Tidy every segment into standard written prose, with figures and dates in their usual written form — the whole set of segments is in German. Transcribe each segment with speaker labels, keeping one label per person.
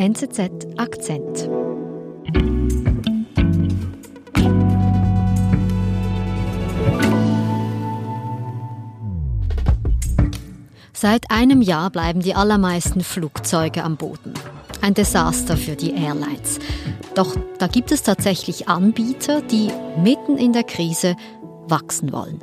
Speaker 1: NZZ Akzent. Seit einem Jahr bleiben die allermeisten Flugzeuge am Boden. Ein Desaster für die Airlines. Doch da gibt es tatsächlich Anbieter, die mitten in der Krise wachsen wollen.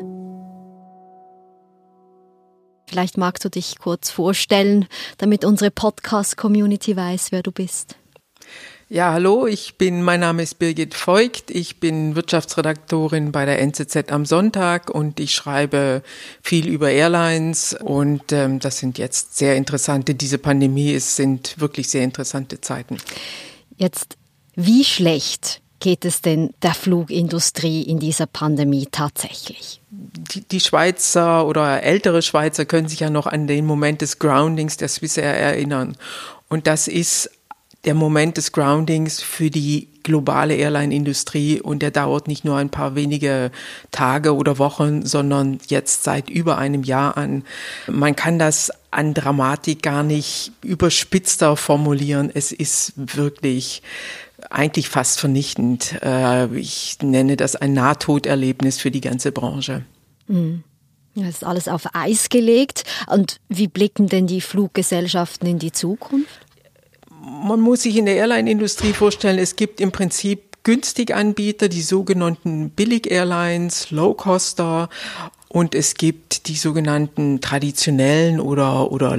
Speaker 1: Vielleicht magst du dich kurz vorstellen, damit unsere Podcast-Community weiß, wer du bist.
Speaker 2: Ja, hallo, mein Name ist Birgit Voigt, ich bin Wirtschaftsredaktorin bei der NZZ am Sonntag und ich schreibe viel über Airlines und das sind jetzt sehr interessante, diese Pandemie, es sind wirklich sehr interessante Zeiten.
Speaker 1: Jetzt, wie schlecht geht es denn der Flugindustrie in dieser Pandemie tatsächlich?
Speaker 2: Die Schweizer oder ältere Schweizer können sich ja noch an den Moment des Groundings der Swissair erinnern und das ist der Moment des Groundings für die globale Airline-Industrie und der dauert nicht nur ein paar wenige Tage oder Wochen, sondern jetzt seit über einem Jahr an. Man kann das an Dramatik gar nicht überspitzter formulieren. Es ist wirklich eigentlich fast vernichtend. Ich nenne das ein Nahtoderlebnis für die ganze Branche.
Speaker 1: Mhm. Das ist alles auf Eis gelegt. Und wie blicken denn die Fluggesellschaften in die Zukunft?
Speaker 2: Man muss sich in der Airline-Industrie vorstellen, es gibt im Prinzip günstige Anbieter, die sogenannten Billig-Airlines, Low-Coster und es gibt die sogenannten traditionellen oder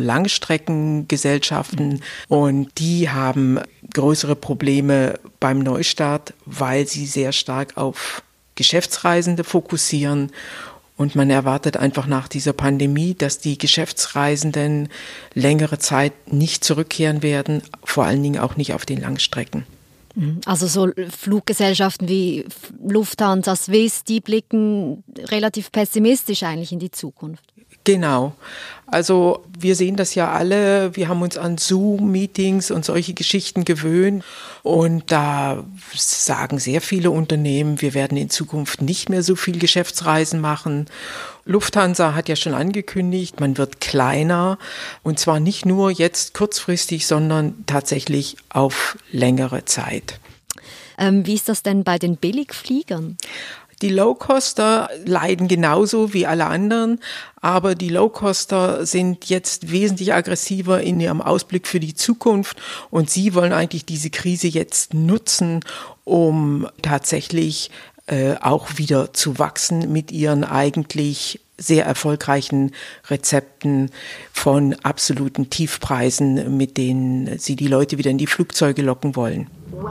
Speaker 2: Langstreckengesellschaften und die haben größere Probleme beim Neustart, weil sie sehr stark auf Geschäftsreisende fokussieren. Und man erwartet einfach nach dieser Pandemie, dass die Geschäftsreisenden längere Zeit nicht zurückkehren werden, vor allen Dingen auch nicht auf den Langstrecken.
Speaker 1: Also so Fluggesellschaften wie Lufthansa, Swiss, die blicken relativ pessimistisch eigentlich in die Zukunft.
Speaker 2: Genau. Also wir sehen das ja alle, wir haben uns an Zoom-Meetings und solche Geschichten gewöhnt und da sagen sehr viele Unternehmen, wir werden in Zukunft nicht mehr so viel Geschäftsreisen machen. Lufthansa hat ja schon angekündigt, man wird kleiner und zwar nicht nur jetzt kurzfristig, sondern tatsächlich auf längere Zeit.
Speaker 1: Wie ist das denn bei den Billigfliegern?
Speaker 2: Die Low-Coster leiden genauso wie alle anderen, aber die Low-Coster sind jetzt wesentlich aggressiver in ihrem Ausblick für die Zukunft und sie wollen eigentlich diese Krise jetzt nutzen, um tatsächlich auch wieder zu wachsen mit ihren eigentlich sehr erfolgreichen Rezepten von absoluten Tiefpreisen, mit denen sie die Leute wieder in die Flugzeuge locken wollen.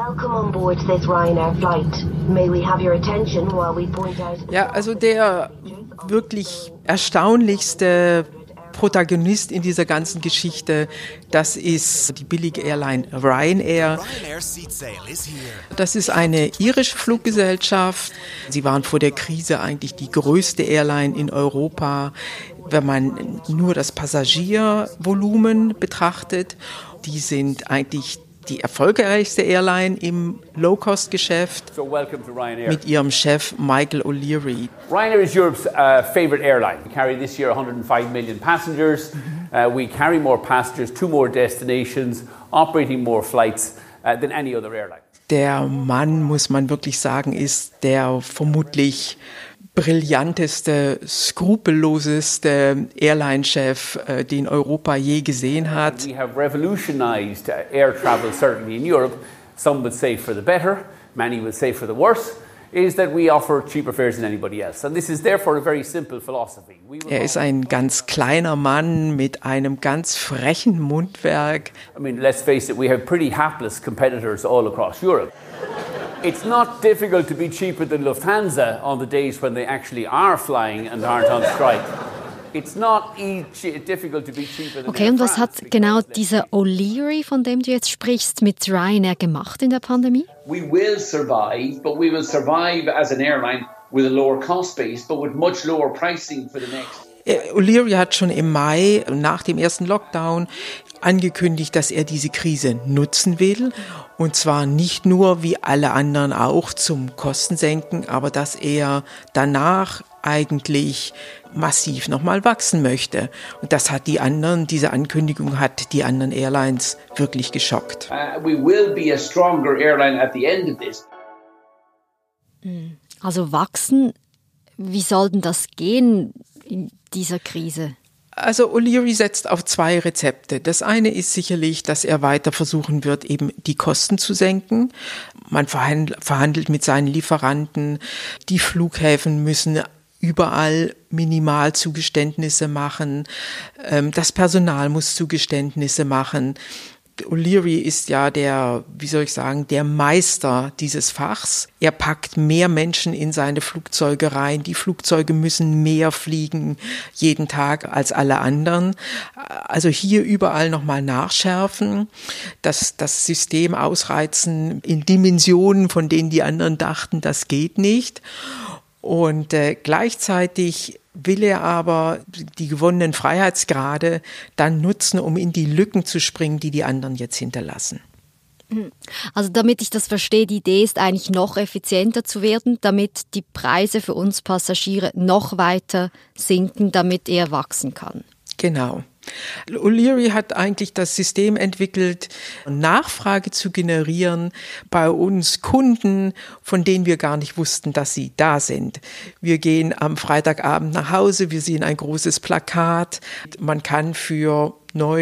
Speaker 2: Ja, also der wirklich erstaunlichste Protagonist in dieser ganzen Geschichte, das ist die billige Airline Ryanair. Das ist eine irische Fluggesellschaft. Sie waren vor der Krise eigentlich die größte Airline in Europa, wenn man nur das Passagiervolumen betrachtet. Die sind eigentlich die erfolgreichste Airline im Low-Cost-Geschäft mit ihrem Chef Michael O'Leary.
Speaker 3: Ryanair is Europe's favorite airline. We carry this year 105 million passengers. We carry more passengers to more destinations, operating more flights than any other airline.
Speaker 2: Der Mann, muss man wirklich sagen, ist der vermutlich brillanteste, skrupelloseste Airline-Chef, den Europa je gesehen hat.
Speaker 3: We have revolutionized air travel, certainly in Europe. Some would say for the better, many would say for the worse. Is that we offer cheaper fares than anybody else. And this is therefore a very simple philosophy.
Speaker 2: Er ist ein ganz kleiner Mann mit einem ganz frechen Mundwerk.
Speaker 3: I mean, let's face it, we have pretty hapless competitors all across Europe. It's not difficult to be cheaper than Lufthansa on the days when they actually are flying and aren't on strike. It's not difficult to be cheaper than
Speaker 1: Okay, und was hat genau dieser O'Leary, von dem du jetzt sprichst, mit Ryanair gemacht in der Pandemie?
Speaker 4: We will survive, but we will survive as an airline with a lower cost base, but with much lower pricing for the next.
Speaker 2: O'Leary hat schon im Mai, nach dem ersten Lockdown, angekündigt, dass er diese Krise nutzen will. Und zwar nicht nur wie alle anderen auch zum Kostensenken, aber dass er danach eigentlich massiv nochmal wachsen möchte. Und das hat diese Ankündigung hat die anderen Airlines wirklich geschockt.
Speaker 4: We will be a stronger airline at the end of this.
Speaker 1: Also wachsen, wie soll denn das gehen in dieser Krise?
Speaker 2: Also O'Leary setzt auf 2 Rezepte. Das eine ist sicherlich, dass er weiter versuchen wird, eben die Kosten zu senken. Man verhandelt mit seinen Lieferanten. Die Flughäfen müssen überall Minimalzugeständnisse machen. Das Personal muss Zugeständnisse machen. O'Leary ist ja der Meister dieses Fachs. Er packt mehr Menschen in seine Flugzeuge rein. Die Flugzeuge müssen mehr fliegen jeden Tag als alle anderen. Also hier überall nochmal nachschärfen, das System ausreizen in Dimensionen, von denen die anderen dachten, das geht nicht. Und gleichzeitig will er aber die gewonnenen Freiheitsgrade dann nutzen, um in die Lücken zu springen, die anderen jetzt hinterlassen.
Speaker 1: Also damit ich das verstehe, die Idee ist eigentlich noch effizienter zu werden, damit die Preise für uns Passagiere noch weiter sinken, damit er wachsen kann.
Speaker 2: Genau. O'Leary hat eigentlich das System entwickelt, Nachfrage zu generieren bei uns Kunden, von denen wir gar nicht wussten, dass sie da sind. Wir gehen am Freitagabend nach Hause, wir sehen ein großes Plakat. Man kann für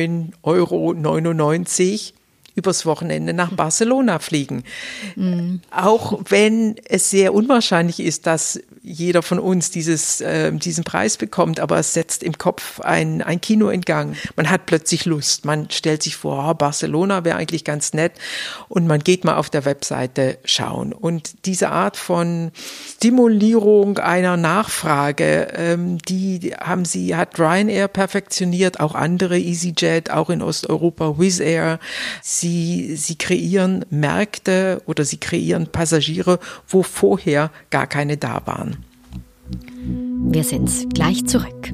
Speaker 2: 9,99 € übers Wochenende nach Barcelona fliegen. Auch wenn es sehr unwahrscheinlich ist, dass jeder von uns diesen Preis bekommt, aber es setzt im Kopf ein Kino in Gang. Man hat plötzlich Lust, man stellt sich vor, Barcelona wäre eigentlich ganz nett und man geht mal auf der Webseite schauen. Und diese Art von Stimulierung einer Nachfrage, hat Ryanair perfektioniert, auch andere, EasyJet, auch in Osteuropa, Wizz Air. Sie kreieren Märkte oder sie kreieren Passagiere, wo vorher gar keine da waren.
Speaker 1: Wir sind gleich zurück.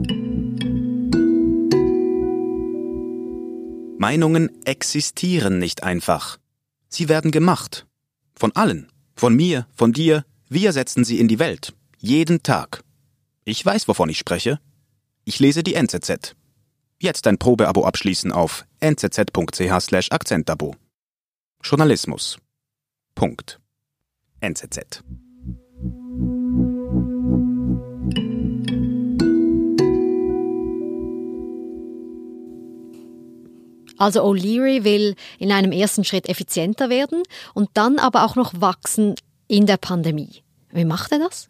Speaker 5: Meinungen existieren nicht einfach. Sie werden gemacht. Von allen. Von mir, von dir. Wir setzen sie in die Welt. Jeden Tag. Ich weiß, wovon ich spreche. Ich lese die NZZ. Jetzt ein Probeabo abschließen auf nzz.ch/Akzentabo. Journalismus. Punkt. NZZ.
Speaker 1: Also O'Leary will in einem ersten Schritt effizienter werden und dann aber auch noch wachsen in der Pandemie. Wie macht er das?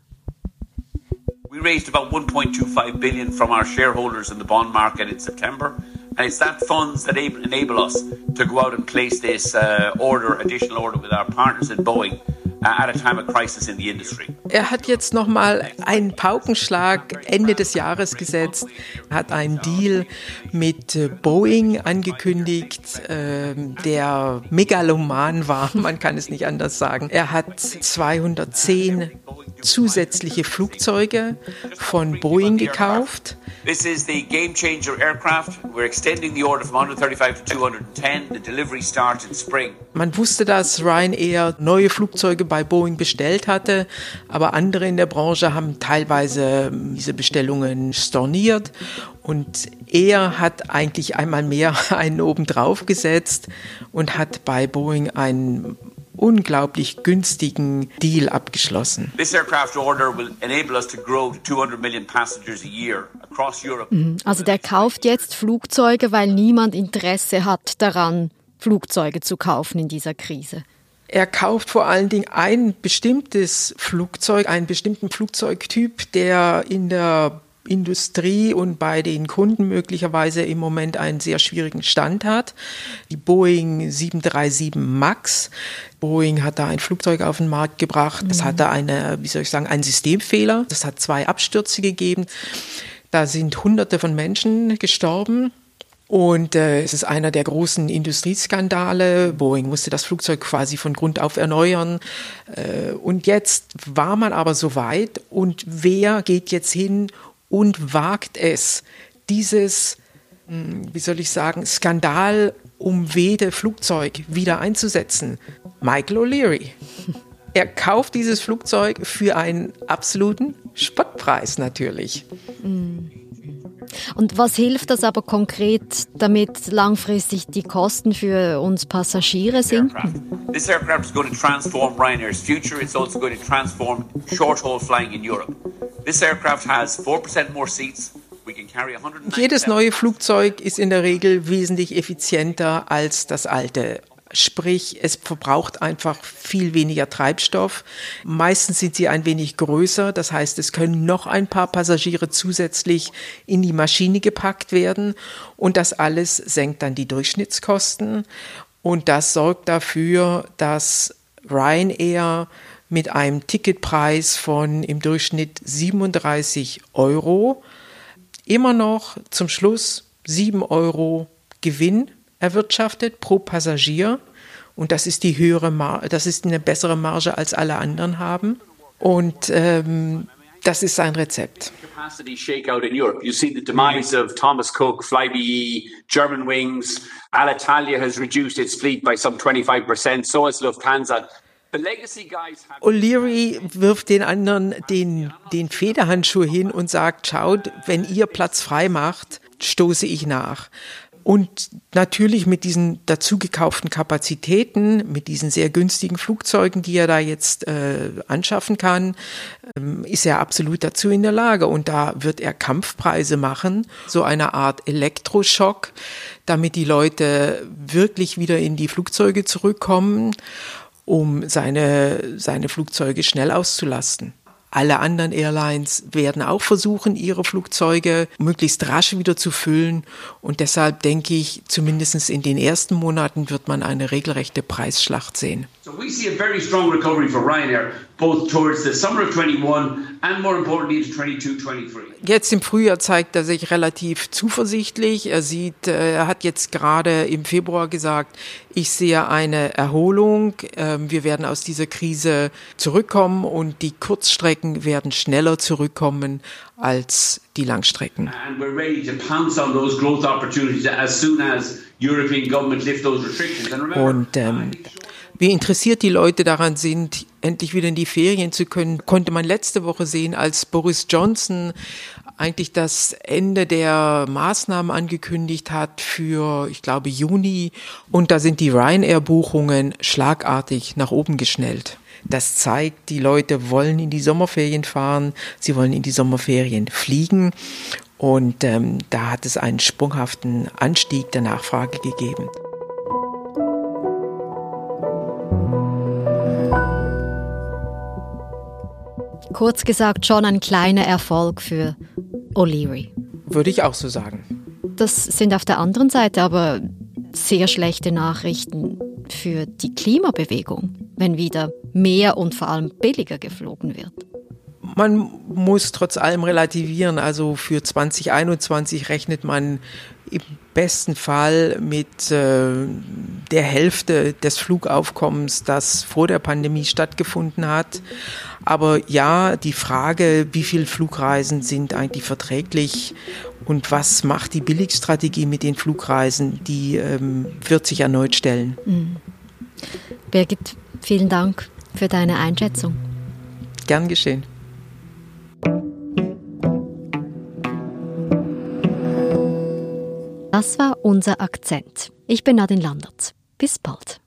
Speaker 3: We raised about $1.25 billion from our shareholders in the bond market in September, and it's that funds that enable us to go out and place this additional order with our partners in Boeing at a time of crisis in the industry.
Speaker 2: Er hat jetzt nochmal einen Paukenschlag Ende des Jahres gesetzt, hat einen Deal mit Boeing angekündigt, der megaloman war, man kann es nicht anders sagen. Er hat 210 zusätzliche Flugzeuge von Boeing gekauft.
Speaker 3: This is the game changer aircraft. We're extending the order from 135 to 210. The delivery starts in spring.
Speaker 2: Man wusste, dass Ryanair neue Flugzeuge bei Boeing bestellt hatte, aber andere in der Branche haben teilweise diese Bestellungen storniert und er hat eigentlich einmal mehr einen obendrauf gesetzt und hat bei Boeing einen unglaublich günstigen Deal abgeschlossen.
Speaker 3: This aircraft order will enable us to grow to 200 million passengers a year across Europe.
Speaker 1: Also der kauft jetzt Flugzeuge, weil niemand Interesse hat daran, Flugzeuge zu kaufen in dieser Krise.
Speaker 2: Er kauft vor allen Dingen ein bestimmtes Flugzeug, einen bestimmten Flugzeugtyp, der in der Industrie und bei den Kunden möglicherweise im Moment einen sehr schwierigen Stand hat. Die Boeing 737 MAX. Boeing hat da ein Flugzeug auf den Markt gebracht. Das hatte einen Systemfehler. Das hat 2 Abstürze gegeben. Da sind Hunderte von Menschen gestorben. Und es ist einer der großen Industrieskandale. Boeing musste das Flugzeug quasi von Grund auf erneuern. Und jetzt war man aber so weit. Und wer geht jetzt hin und wagt es, dieses, skandalumwehte Flugzeug wieder einzusetzen? Michael O'Leary. Er kauft dieses Flugzeug für einen absoluten Spottpreis. Ticketpreis natürlich.
Speaker 1: Und was hilft das aber konkret, damit langfristig die Kosten für uns Passagiere sinken?
Speaker 3: This aircraft is going to transform Ryanair's future. It's also going to transform short-haul flying in Europe. This aircraft has 4% more seats.
Speaker 2: Jedes neue Flugzeug ist in der Regel wesentlich effizienter als das alte. Sprich, es verbraucht einfach viel weniger Treibstoff. Meistens sind sie ein wenig größer. Das heißt, es können noch ein paar Passagiere zusätzlich in die Maschine gepackt werden. Und das alles senkt dann die Durchschnittskosten. Und das sorgt dafür, dass Ryanair mit einem Ticketpreis von im Durchschnitt 37 € immer noch zum Schluss 7 € Gewinn erwirtschaftet pro Passagier. Und das ist die das ist eine bessere Marge, als alle anderen haben. Und das ist sein Rezept.
Speaker 3: Capacity shakeout in Europe. You see the demise of Thomas Cook, Flybe, Germanwings. Alitalia has reduced its fleet by some 25%. So has Lufthansa.
Speaker 2: O'Leary wirft den anderen den Federhandschuh hin und sagt, schaut, wenn ihr Platz frei macht, stoße ich nach. Und natürlich mit diesen dazu gekauften Kapazitäten, mit diesen sehr günstigen Flugzeugen, die er da jetzt anschaffen kann, ist er absolut dazu in der Lage. Und da wird er Kampfpreise machen, so eine Art Elektroschock, damit die Leute wirklich wieder in die Flugzeuge zurückkommen, um seine Flugzeuge schnell auszulasten. Alle anderen Airlines werden auch versuchen, ihre Flugzeuge möglichst rasch wieder zu füllen. Und deshalb denke ich, zumindest in den ersten Monaten wird man eine regelrechte Preisschlacht sehen.
Speaker 4: So we see a very strong recovery for Ryanair, both towards the summer of 21 and more importantly into 22, 23.
Speaker 2: Jetzt im Frühjahr zeigt er sich relativ zuversichtlich. Er hat jetzt gerade im Februar gesagt, ich sehe eine Erholung. Wir werden aus dieser Krise zurückkommen und die Kurzstrecken werden schneller zurückkommen als die Langstrecken.
Speaker 4: And we're ready to pounce on those growth opportunities as soon as European government lift those restrictions. And remember,
Speaker 2: Und wie interessiert die Leute daran sind, endlich wieder in die Ferien zu können, konnte man letzte Woche sehen, als Boris Johnson eigentlich das Ende der Maßnahmen angekündigt hat für, ich glaube, Juni. Und da sind die Ryanair-Buchungen schlagartig nach oben geschnellt. Das zeigt, die Leute wollen in die Sommerferien fahren, sie wollen in die Sommerferien fliegen. Und da hat es einen sprunghaften Anstieg der Nachfrage gegeben.
Speaker 1: Kurz gesagt, schon ein kleiner Erfolg für O'Leary.
Speaker 2: Würde ich auch so sagen.
Speaker 1: Das sind auf der anderen Seite aber sehr schlechte Nachrichten für die Klimabewegung, wenn wieder mehr und vor allem billiger geflogen wird.
Speaker 2: Man muss trotz allem relativieren. Also für 2021 rechnet man im besten Fall mit der Hälfte des Flugaufkommens, das vor der Pandemie stattgefunden hat. Aber ja, die Frage, wie viele Flugreisen sind eigentlich verträglich und was macht die Billigstrategie mit den Flugreisen, die wird sich erneut stellen.
Speaker 1: Birgit, vielen Dank für deine Einschätzung.
Speaker 2: Gern geschehen.
Speaker 1: Das war unser Akzent. Ich bin Nadine Landert. Bis bald.